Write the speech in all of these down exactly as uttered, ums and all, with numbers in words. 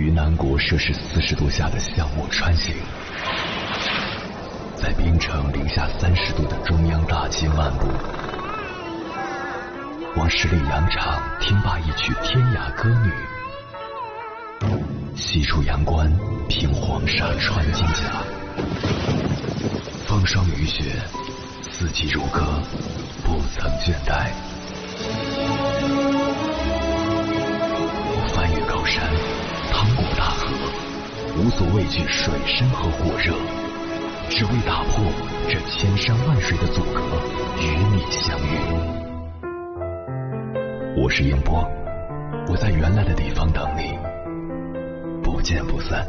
于南国摄氏四十度下的项目穿行，在冰城零下三十度的中央大街漫步，往十里洋场听罢一曲天涯歌女，西出阳关凭黄沙穿金甲，风霜雨雪，四季如歌，不曾倦怠。我翻越高山，趟过大河，无所畏惧水深和火热，只为打破这千山万水的阻隔，与你相遇。我是英波，我在原来的地方等你，不见不散。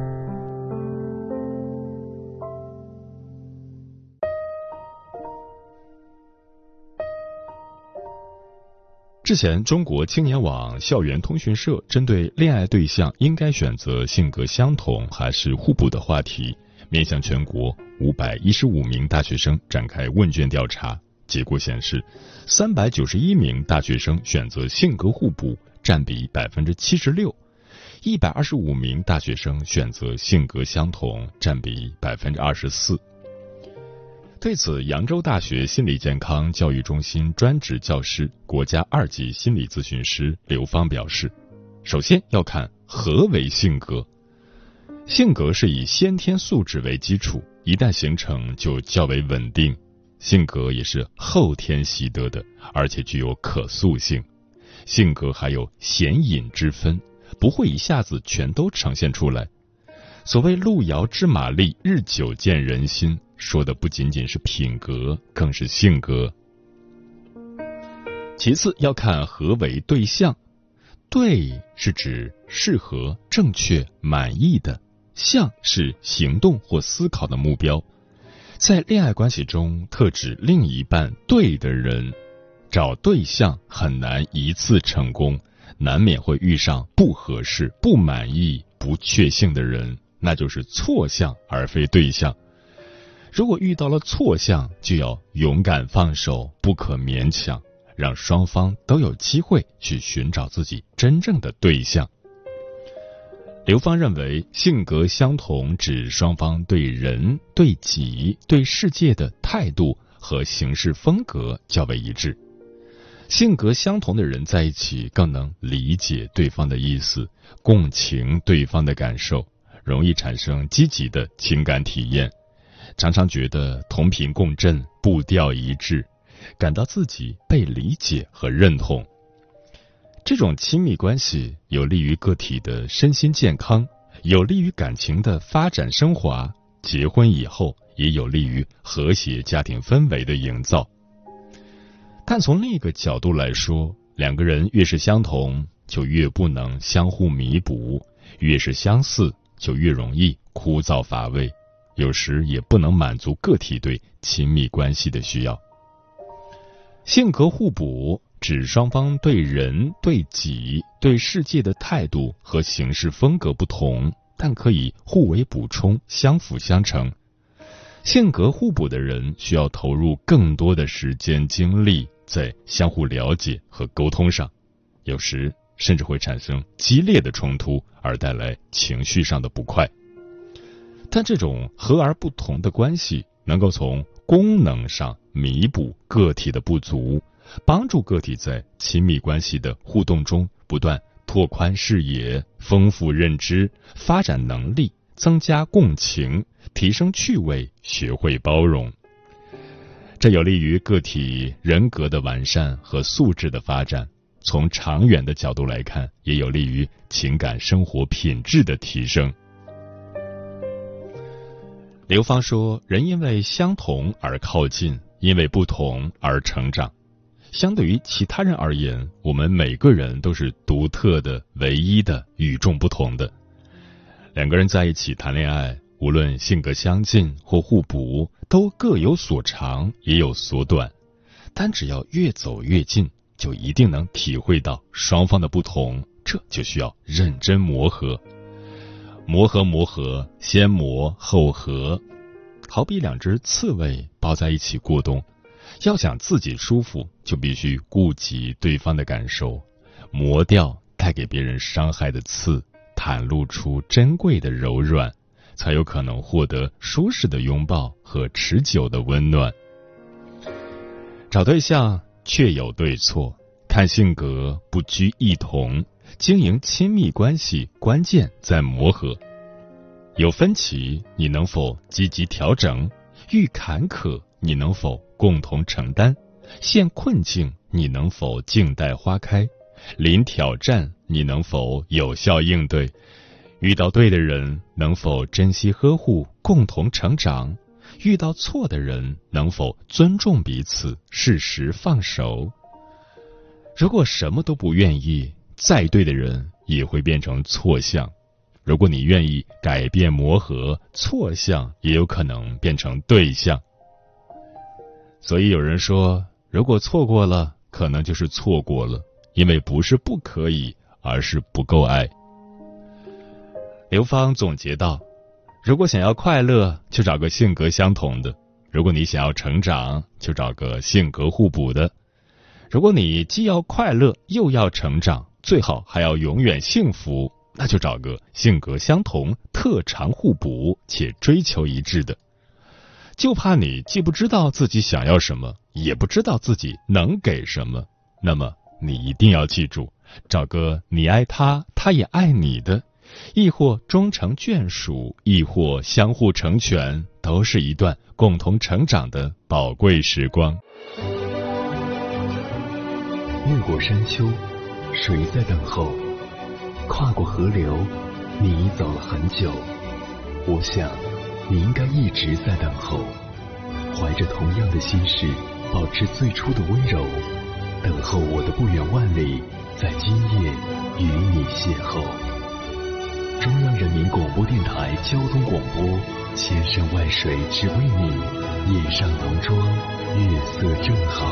之前，中国青年网校园通讯社针对恋爱对象应该选择性格相同还是互补的话题，面向全国五百一十五名大学生展开问卷调查。结果显示，三百九十一名大学生选择性格互补，占比百分之七十六；一百二十五名大学生选择性格相同，占比百分之二十四。对此，扬州大学心理健康教育中心专职教师、国家二级心理咨询师刘芳表示，首先要看何为性格。性格是以先天素质为基础，一旦形成就较为稳定。性格也是后天习得的，而且具有可塑性。性格还有显隐之分，不会一下子全都呈现出来。所谓路遥知马力，日久见人心，说的不仅仅是品格，更是性格。其次要看何为对象，对是指适合、正确、满意的，象是行动或思考的目标。在恋爱关系中，特指另一半对的人，找对象很难一次成功，难免会遇上不合适、不满意、不确信的人，那就是错项而非对象。如果遇到了错项，就要勇敢放手，不可勉强，让双方都有机会去寻找自己真正的对象。刘芳认为，性格相同指双方对人、对己、对世界的态度和行事风格较为一致。性格相同的人在一起更能理解对方的意思，共情对方的感受，容易产生积极的情感体验，常常觉得同频共振，步调一致，感到自己被理解和认同。这种亲密关系有利于个体的身心健康，有利于感情的发展升华，结婚以后也有利于和谐家庭氛围的营造。但从另一个角度来说，两个人越是相同，就越不能相互弥补，越是相似，就越容易枯燥乏味，有时也不能满足个体对亲密关系的需要。性格互补指双方对人、对己、对世界的态度和行事风格不同，但可以互为补充，相辅相成。性格互补的人需要投入更多的时间精力在相互了解和沟通上，有时甚至会产生激烈的冲突，而带来情绪上的不快。但这种和而不同的关系能够从功能上弥补个体的不足，帮助个体在亲密关系的互动中不断拓宽视野、丰富认知、发展能力、增加共情、提升趣味、学会包容。这有利于个体人格的完善和素质的发展，从长远的角度来看，也有利于情感生活品质的提升。刘芳说，人因为相同而靠近，因为不同而成长。相对于其他人而言，我们每个人都是独特的、唯一的、与众不同的。两个人在一起谈恋爱，无论性格相近或互补，都各有所长，也有所短。但只要越走越近，就一定能体会到双方的不同，这就需要认真磨合。磨合磨合，先磨后合，好比两只刺猬抱在一起过冬，要想自己舒服，就必须顾及对方的感受，磨掉带给别人伤害的刺，踏袒露出珍贵的柔软，才有可能获得舒适的拥抱和持久的温暖。找对象确有对错，看性格不拘一同，经营亲密关系关键在磨合。有分歧，你能否积极调整？遇坎坷，你能否共同承担？陷困境，你能否静待花开？临挑战，你能否有效应对？遇到对的人，能否珍惜呵护，共同成长？遇到错的人，能否尊重彼此，适时放手？如果什么都不愿意，再对的人也会变成错相。如果你愿意改变磨合，错相也有可能变成对象。所以有人说，如果错过了，可能就是错过了，因为不是不可以，而是不够爱。刘芳总结道，如果想要快乐，就找个性格相同的；如果你想要成长，就找个性格互补的；如果你既要快乐又要成长，最好还要永远幸福，那就找个性格相同、特长互补且追求一致的。就怕你既不知道自己想要什么，也不知道自己能给什么，那么你一定要记住，找个你爱他，他也爱你的，亦或终成眷属，亦或相互成全，都是一段共同成长的宝贵时光。 越过山丘，谁在等候？跨过河流，你已走了很久。我想你应该一直在等候，怀着同样的心事，保持最初的温柔，等候我的不远万里，在今夜与你邂逅。中央人民广播电台交通广播，千山万水只为你，夜上浓妆，月色正好。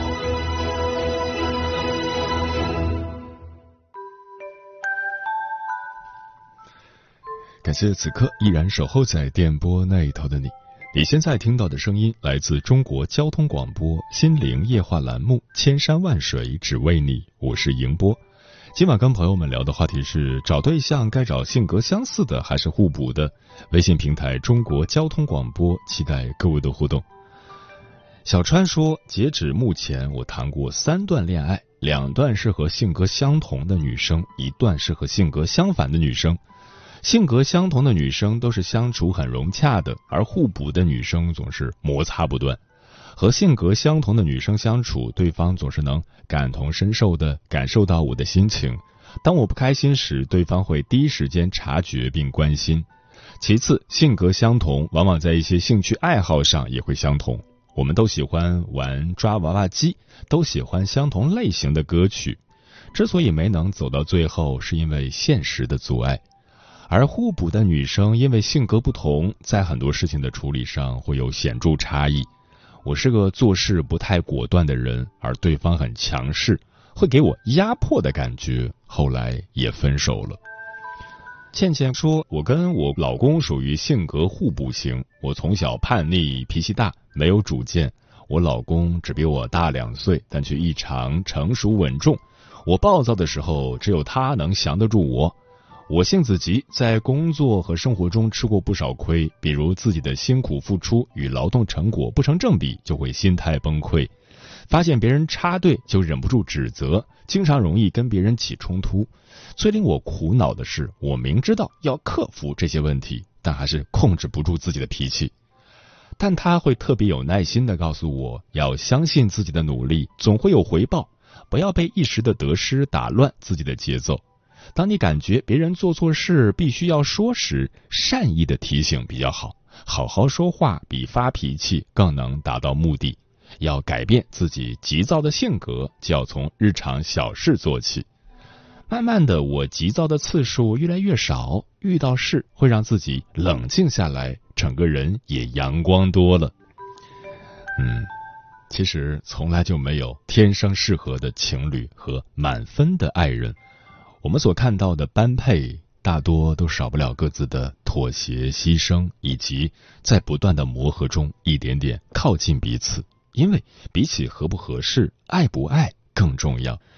感谢此刻依然守候在电波那一头的你。你现在听到的声音来自中国交通广播心灵夜话栏目《千山万水只为你》，我是迎波。今晚跟朋友们聊的话题是：找对象该找性格相似的还是互补的？微信平台中国交通广播，期待各位的互动。小川说，截止目前我谈过三段恋爱，两段是和性格相同的女生，一段是和性格相反的女生。性格相同的女生都是相处很融洽的，而互补的女生总是摩擦不断。和性格相同的女生相处，对方总是能感同身受地感受到我的心情。当我不开心时，对方会第一时间察觉并关心。其次，性格相同，往往在一些兴趣爱好上也会相同。我们都喜欢玩抓娃娃机，都喜欢相同类型的歌曲。之所以没能走到最后，是因为现实的阻碍。而互补的女生因为性格不同，在很多事情的处理上会有显著差异。我是个做事不太果断的人，而对方很强势，会给我压迫的感觉，后来也分手了。倩倩说，我跟我老公属于性格互补型，我从小叛逆，脾气大，没有主见。我老公只比我大两岁，但却异常成熟稳重。我暴躁的时候，只有他能降得住我。我性子急，在工作和生活中吃过不少亏，比如自己的辛苦付出与劳动成果不成正比，就会心态崩溃。发现别人插队就忍不住指责，经常容易跟别人起冲突。最令我苦恼的是，我明知道要克服这些问题，但还是控制不住自己的脾气。但他会特别有耐心地告诉我，要相信自己的努力总会有回报，不要被一时的得失打乱自己的节奏。当你感觉别人做错事必须要说时，善意的提醒比较好，好好说话比发脾气更能达到目的。要改变自己急躁的性格，就要从日常小事做起。慢慢的，我急躁的次数越来越少，遇到事会让自己冷静下来，整个人也阳光多了。嗯，其实从来就没有天生适合的情侣和满分的爱人。我们所看到的般配，大多都少不了各自的妥协、牺牲，以及在不断的磨合中一点点靠近彼此。因为比起合不合适、爱不爱更重要。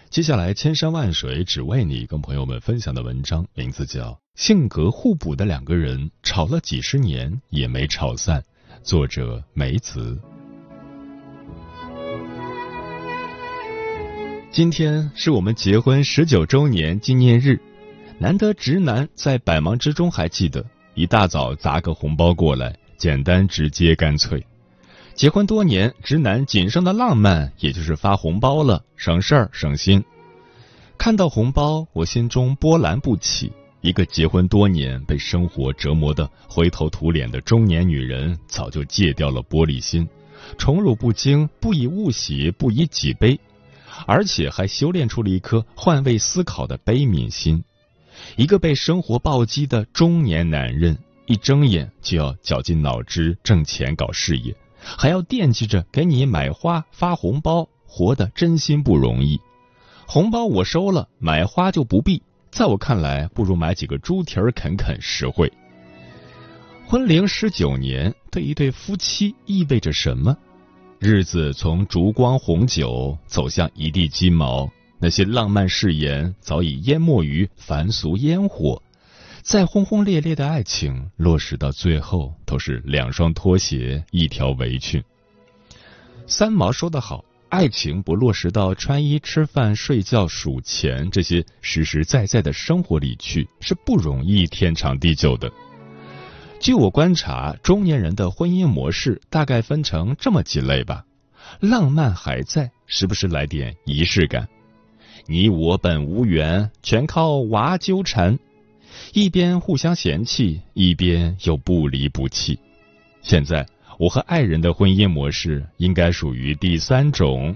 接下来，千山万水只为你，跟朋友们分享的文章名字叫《性格互补的两个人吵了几十年也没吵散》，作者梅子。今天是我们结婚十九周年纪念日，难得直男在百忙之中还记得一大早砸个红包过来，简单直接干脆。结婚多年，直男仅剩的浪漫也就是发红包了，省事儿省心。看到红包，我心中波澜不起。一个结婚多年被生活折磨得灰头土脸的中年女人，早就戒掉了玻璃心，宠辱不惊，不以物喜，不以己悲，而且还修炼出了一颗换位思考的悲悯心。一个被生活暴击的中年男人，一睁眼就要绞尽脑汁挣钱搞事业，还要惦记着给你买花发红包，活得真心不容易。红包我收了，买花就不必，在我看来，不如买几个猪蹄儿啃啃实惠。婚龄十九年，对一对夫妻意味着什么？日子从烛光红酒走向一地鸡毛，那些浪漫誓言早已淹没于凡俗烟火。再轰轰烈烈的爱情，落实到最后，都是两双拖鞋，一条围裙。三毛说得好，爱情不落实到穿衣、吃饭、睡觉、数钱这些实实在在的生活里去，是不容易天长地久的。据我观察，中年人的婚姻模式大概分成这么几类吧：浪漫还在，时不时来点仪式感；你我本无缘，全靠娃纠缠。一边互相嫌弃，一边又不离不弃。现在我和爱人的婚姻模式应该属于第三种。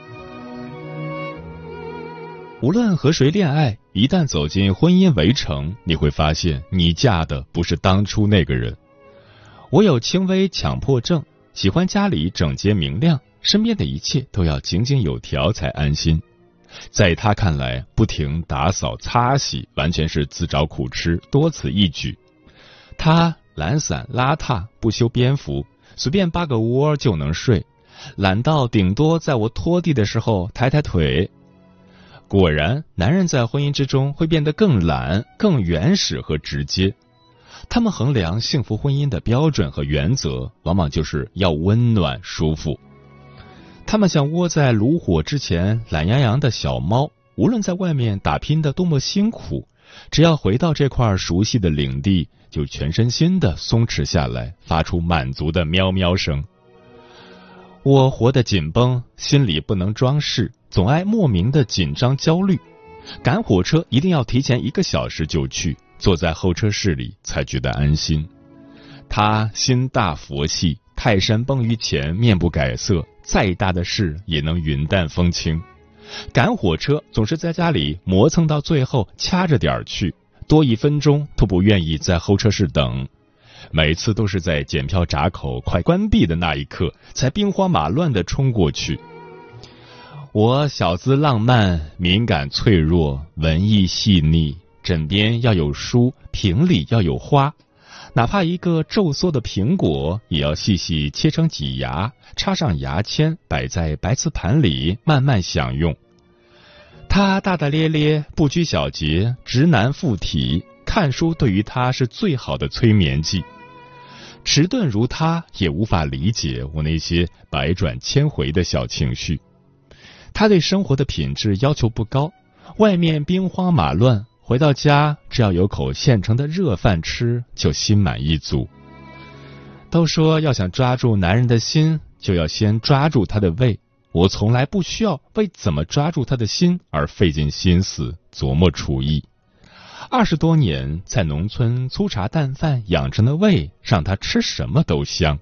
无论和谁恋爱，一旦走进婚姻围城，你会发现你嫁的不是当初那个人。我有轻微强迫症，喜欢家里整洁明亮，身边的一切都要井井有条才安心。在他看来，不停打扫擦洗完全是自找苦吃，多此一举。他懒散邋遢，不修边幅，随便扒个窝就能睡，懒到顶多在我拖地的时候抬抬腿。果然，男人在婚姻之中会变得更懒、更原始和直接。他们衡量幸福婚姻的标准和原则，往往就是要温暖舒服。他们像窝在炉火之前懒洋洋的小猫，无论在外面打拼得多么辛苦，只要回到这块熟悉的领地，就全身心地松弛下来，发出满足的喵喵声。我活得紧绷，心里不能装饰，总爱莫名的紧张焦虑。赶火车一定要提前一个小时就去，坐在候车室里才觉得安心。他心大佛系，泰山崩于前面不改色，再大的事也能云淡风轻。赶火车总是在家里磨蹭到最后，掐着点儿去，多一分钟都不愿意在候车室等。每次都是在检票闸口快关闭的那一刻，才兵荒马乱地冲过去。我小资浪漫，敏感脆弱，文艺细腻，枕边要有书，瓶里要有花。哪怕一个皱缩的苹果，也要细细切成几芽，插上牙签，摆在白瓷盘里，慢慢享用。他大大咧咧，不拘小节，直男附体，看书对于他是最好的催眠剂。迟钝如他，也无法理解我那些百转千回的小情绪。他对生活的品质要求不高，外面兵荒马乱，回到家只要有口现成的热饭吃，就心满意足。都说要想抓住男人的心，就要先抓住他的胃。我从来不需要为怎么抓住他的心而费尽心思琢磨厨艺。二十多年在农村粗茶淡饭养成的胃，让他吃什么都香。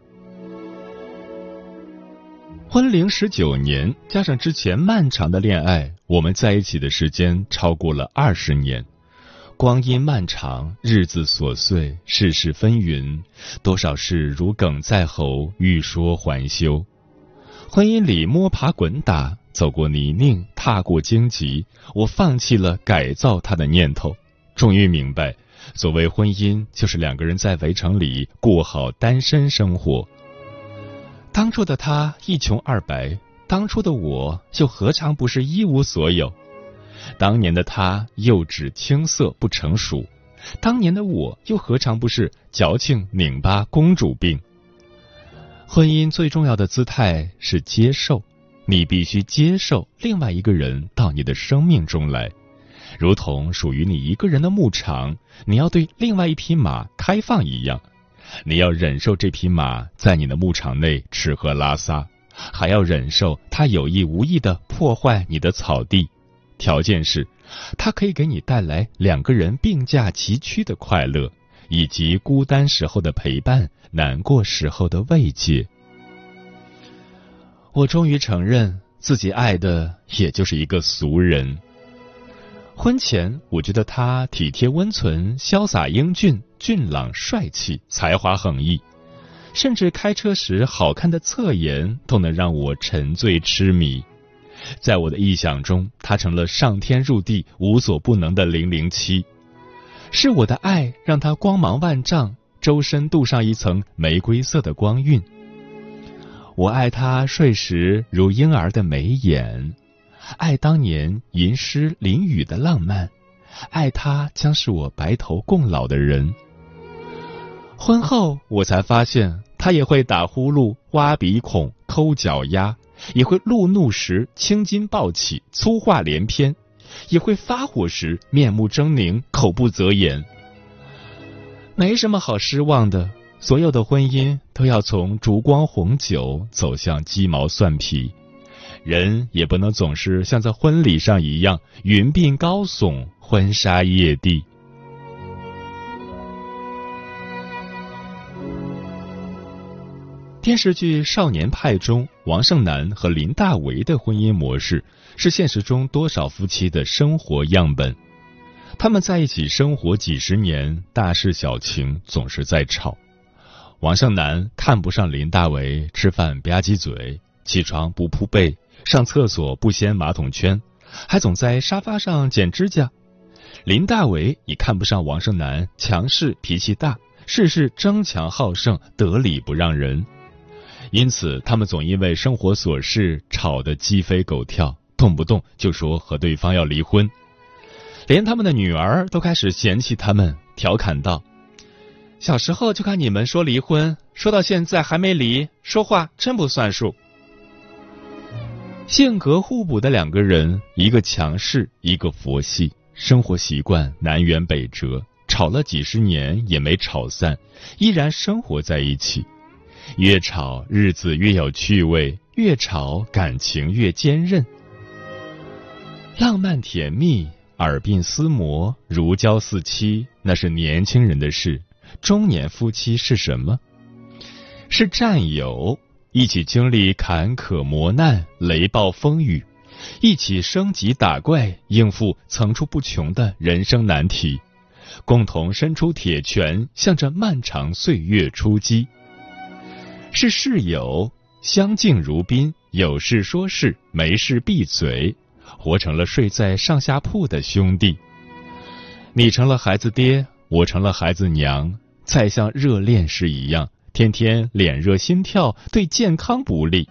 婚龄十九年，加上之前漫长的恋爱，我们在一起的时间超过了二十年。光阴漫长，日子琐碎，世事纷纭，多少事如鲠在喉，欲说还休。婚姻里摸爬滚打，走过泥泞，踏过荆棘，我放弃了改造他的念头。终于明白，所谓婚姻，就是两个人在围城里过好单身生活。当初的他一穷二白，当初的我又何尝不是一无所有？ 当年的他幼稚青涩不成熟，当年的我又何尝不是矫情拧巴公主病？婚姻最重要的姿态是接受，你必须接受另外一个人到你的生命中来，如同属于你一个人的牧场，你要对另外一匹马开放一样。你要忍受这匹马在你的牧场内吃喝拉撒，还要忍受它有意无意地破坏你的草地。条件是，它可以给你带来两个人并驾齐驱的快乐，以及孤单时候的陪伴，难过时候的慰藉。我终于承认自己爱的也就是一个俗人。婚前我觉得他体贴温存，潇洒英俊，俊朗帅气，才华横溢，甚至开车时好看的侧颜都能让我沉醉痴迷。在我的臆想中，他成了上天入地无所不能的零零七。是我的爱让他光芒万丈，周身镀上一层玫瑰色的光晕。我爱他睡时如婴儿的眉眼，爱当年吟诗淋雨的浪漫，爱他将是我白头共老的人。婚后我才发现，他也会打呼噜、挖鼻孔、抠脚丫，也会路怒时青筋暴起、粗话连篇，也会发火时面目狰狞、口不择言。没什么好失望的，所有的婚姻都要从烛光红酒走向鸡毛蒜皮，人也不能总是像在婚礼上一样云鬓高耸，婚纱曳地。电视剧《少年派》中，王胜男和林大为的婚姻模式是现实中多少夫妻的生活样本。他们在一起生活几十年，大事小情总是在吵。王胜男看不上林大为吃饭吧唧嘴，起床不铺被，上厕所不掀马桶圈，还总在沙发上剪指甲。林大为也看不上王胜男强势脾气大，事事争强好胜，得理不让人。因此他们总因为生活琐事吵得鸡飞狗跳，动不动就说和对方要离婚。连他们的女儿都开始嫌弃他们，调侃道：小时候就看你们说离婚，说到现在还没离，说话真不算数。性格互补的两个人，一个强势，一个佛系，生活习惯南辕北辙，吵了几十年也没吵散，依然生活在一起。越吵日子越有趣味，越吵感情越坚韧。浪漫甜蜜，耳鬓厮磨，如胶似漆，那是年轻人的事。中年夫妻是什么？是战友，一起经历坎坷磨难、雷暴风雨，一起升级打怪，应付层出不穷的人生难题，共同伸出铁拳，向着漫长岁月出击。是室友，相敬如宾，有事说事，没事闭嘴，活成了睡在上下铺的兄弟。你成了孩子爹，我成了孩子娘，再像热恋时一样，天天脸热心跳，对健康不利。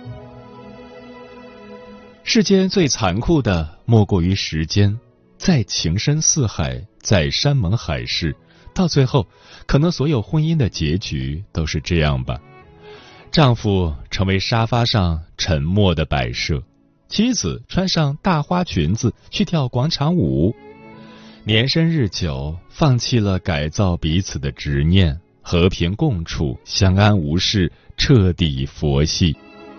世间最残酷的莫过于时间，再情深似海，再山盟海誓，到最后可能所有婚姻的结局都是这样吧。丈夫成为沙发上沉默的摆设，妻子穿上大花裙子去跳广场舞。年深日久，放弃了改造彼此的执念，和平共处，相安无事，彻底佛系。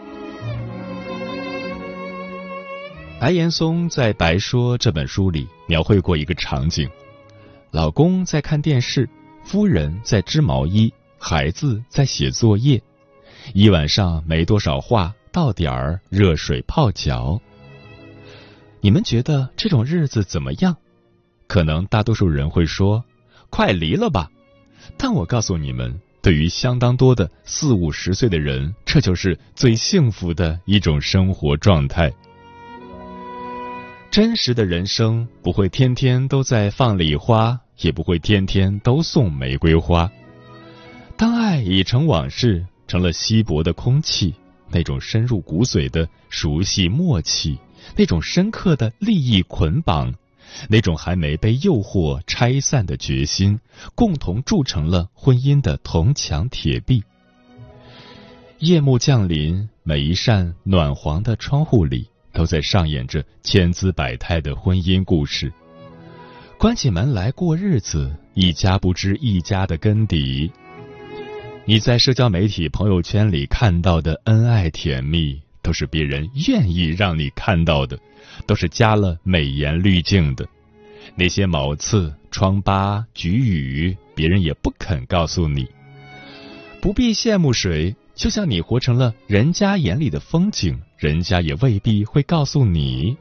白岩松在《白说》这本书里描绘过一个场景：老公在看电视，夫人在织毛衣，孩子在写作业。一晚上没多少话，到点儿热水泡脚。你们觉得这种日子怎么样？可能大多数人会说快离了吧，但我告诉你们，对于相当多的四五十岁的人，这就是最幸福的一种生活状态。真实的人生不会天天都在放礼花，也不会天天都送玫瑰花。当爱已成往事，成了稀薄的空气，那种深入骨髓的熟悉默契， 那种深刻的利益捆绑，那种还没被诱惑拆散的决心，共同铸成了婚姻的铜墙铁壁。夜幕降临，每一扇暖黄的窗户里都在上演着千姿百态的婚姻故事。关起门来过日子，一家不知一家的根底。你在社交媒体朋友圈里看到的恩爱甜蜜，都是别人愿意让你看到的，都是加了美颜滤镜的。那些毛刺、疮疤、局语，别人也不肯告诉你。不必羡慕谁，就像你活成了人家眼里的风景，人家也未必会告诉你。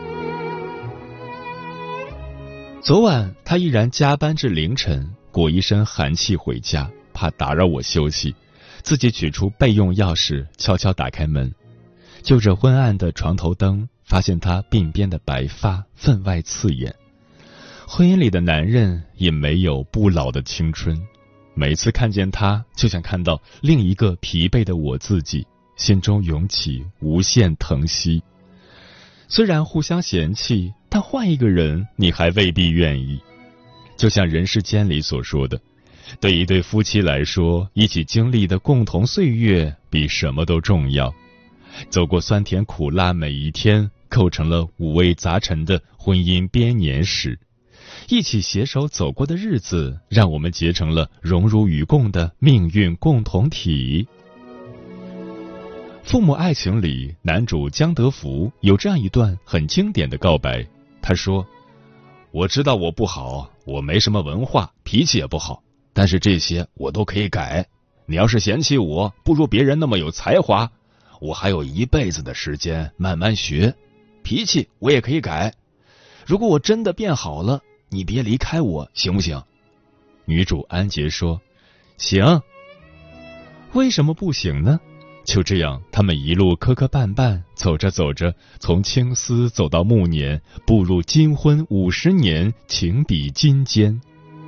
昨晚他依然加班至凌晨，裹一身寒气回家，怕打扰我休息，自己取出备用钥匙，悄悄打开门，就着昏暗的床头灯，发现他鬓边的白发分外刺眼。婚姻里的男人也没有不老的青春，每次看见他，就像看到另一个疲惫的我自己，心中涌起无限疼惜。虽然互相嫌弃，但换一个人，你还未必愿意。就像人世间里所说的，对一对夫妻来说，一起经历的共同岁月比什么都重要。走过酸甜苦辣每一天，构成了五味杂陈的婚姻编年史。一起携手走过的日子，让我们结成了荣辱与共的命运共同体。父母爱情里，男主江德福有这样一段很经典的告白，他说：我知道我不好，我没什么文化，脾气也不好，但是这些我都可以改。你要是嫌弃我不如别人那么有才华，我还有一辈子的时间慢慢学，脾气我也可以改。如果我真的变好了，你别离开我，行不行？女主安杰说：行。为什么不行呢？就这样，他们一路磕磕绊绊，走着走着，从青丝走到暮年，步入金婚五十年，情比金坚。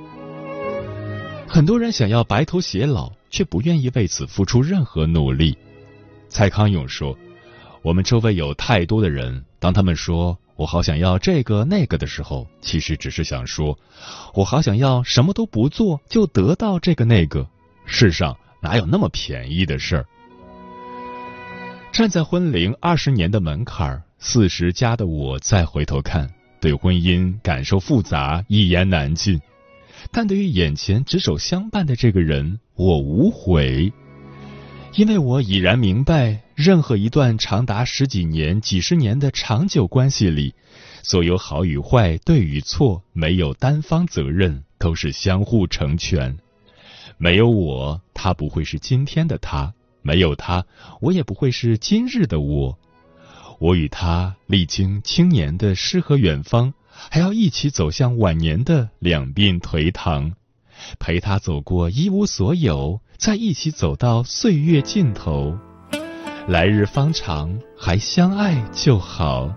很多人想要白头偕老，却不愿意为此付出任何努力。蔡康永说：我们周围有太多的人，当他们说我好想要这个那个的时候，其实只是想说我好想要什么都不做就得到这个那个。世上哪有那么便宜的事儿？站在婚龄二十年的门槛，四十加的我再回头看，对婚姻感受复杂，一言难尽。但对于眼前执手相伴的这个人，我无悔，因为我已然明白，任何一段长达十几年、几十年的长久关系里，所有好与坏、对与错，没有单方责任，都是相互成全。没有我，他不会是今天的他。没有他，我也不会是今日的我。我与他历经青年的诗和远方，还要一起走向晚年的两鬓颓唐，陪他走过一无所有，再一起走到岁月尽头。来日方长，还相爱就好。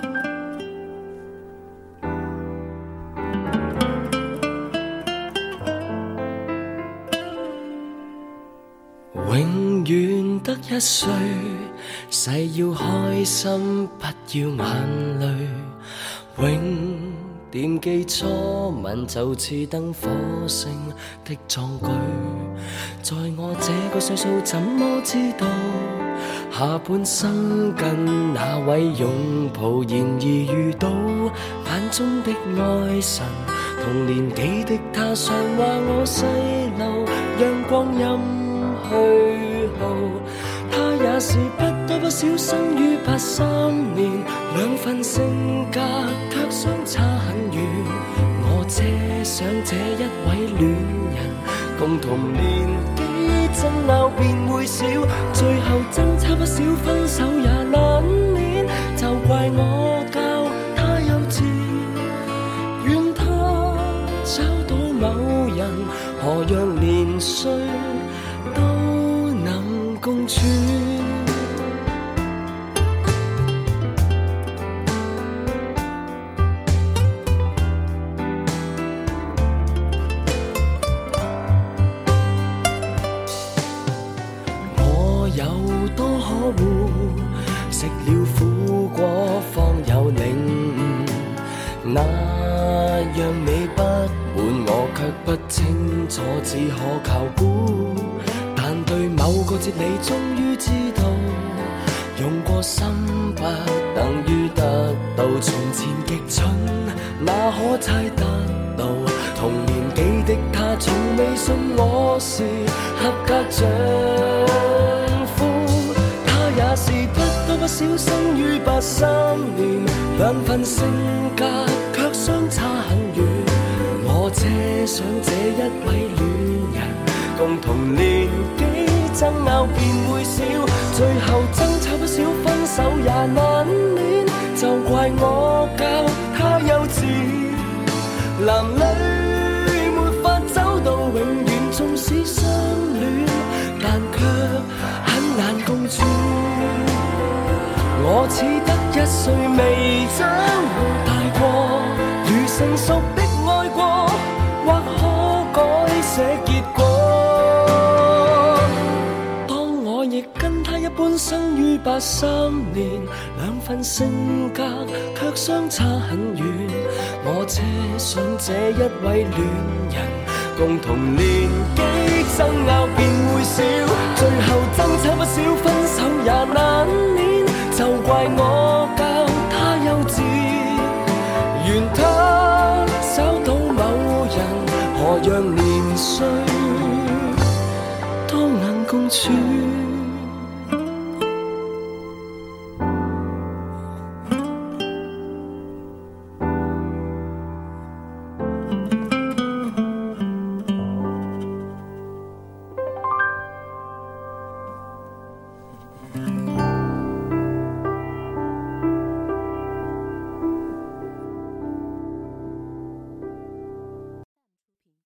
永遠得一歲，誓要開心，不要眼淚。永惦記初吻，就似登火星的壯舉。在我這個歲數，怎麼知道下半生跟那位擁抱？然而遇到眼中的愛神，同年紀的他常話我細路，讓光陰去後，他也是不多不少，生於八三年，兩份性格卻相差很遠。我這想這一位戀人，共同年紀爭拗便會少，最後爭差不少，分手也難免，就怪我教他幼稚，願他找到某人，何讓年歲都能共存。我有多可惡，食了苦果放卻不清楚，只可靠估。但對某個哲理終於知道，用過心不等於得到。從前極蠢，哪可猜得到？同年紀的他從未信我是合格丈夫。他也是不多不少生於八三年，兩份性格卻相差很遠。我奢想這一位戀人共同年紀，爭拗便會少，最後爭吵不少，分手也難免，就怪我教他幼稚。男女沒法走到永遠，縱使相戀，但卻很難共處。我似得一歲未長大過，如成熟的愛過，或可改寫結果。當我亦跟他一般生於八三年，兩份性格卻相差很遠。我奢想這一位戀人共同年紀，爭拗便會少，最後爭吵不少，分手也難免，就怪我教他幼稚。願他找到某人，何讓年歲都能共處。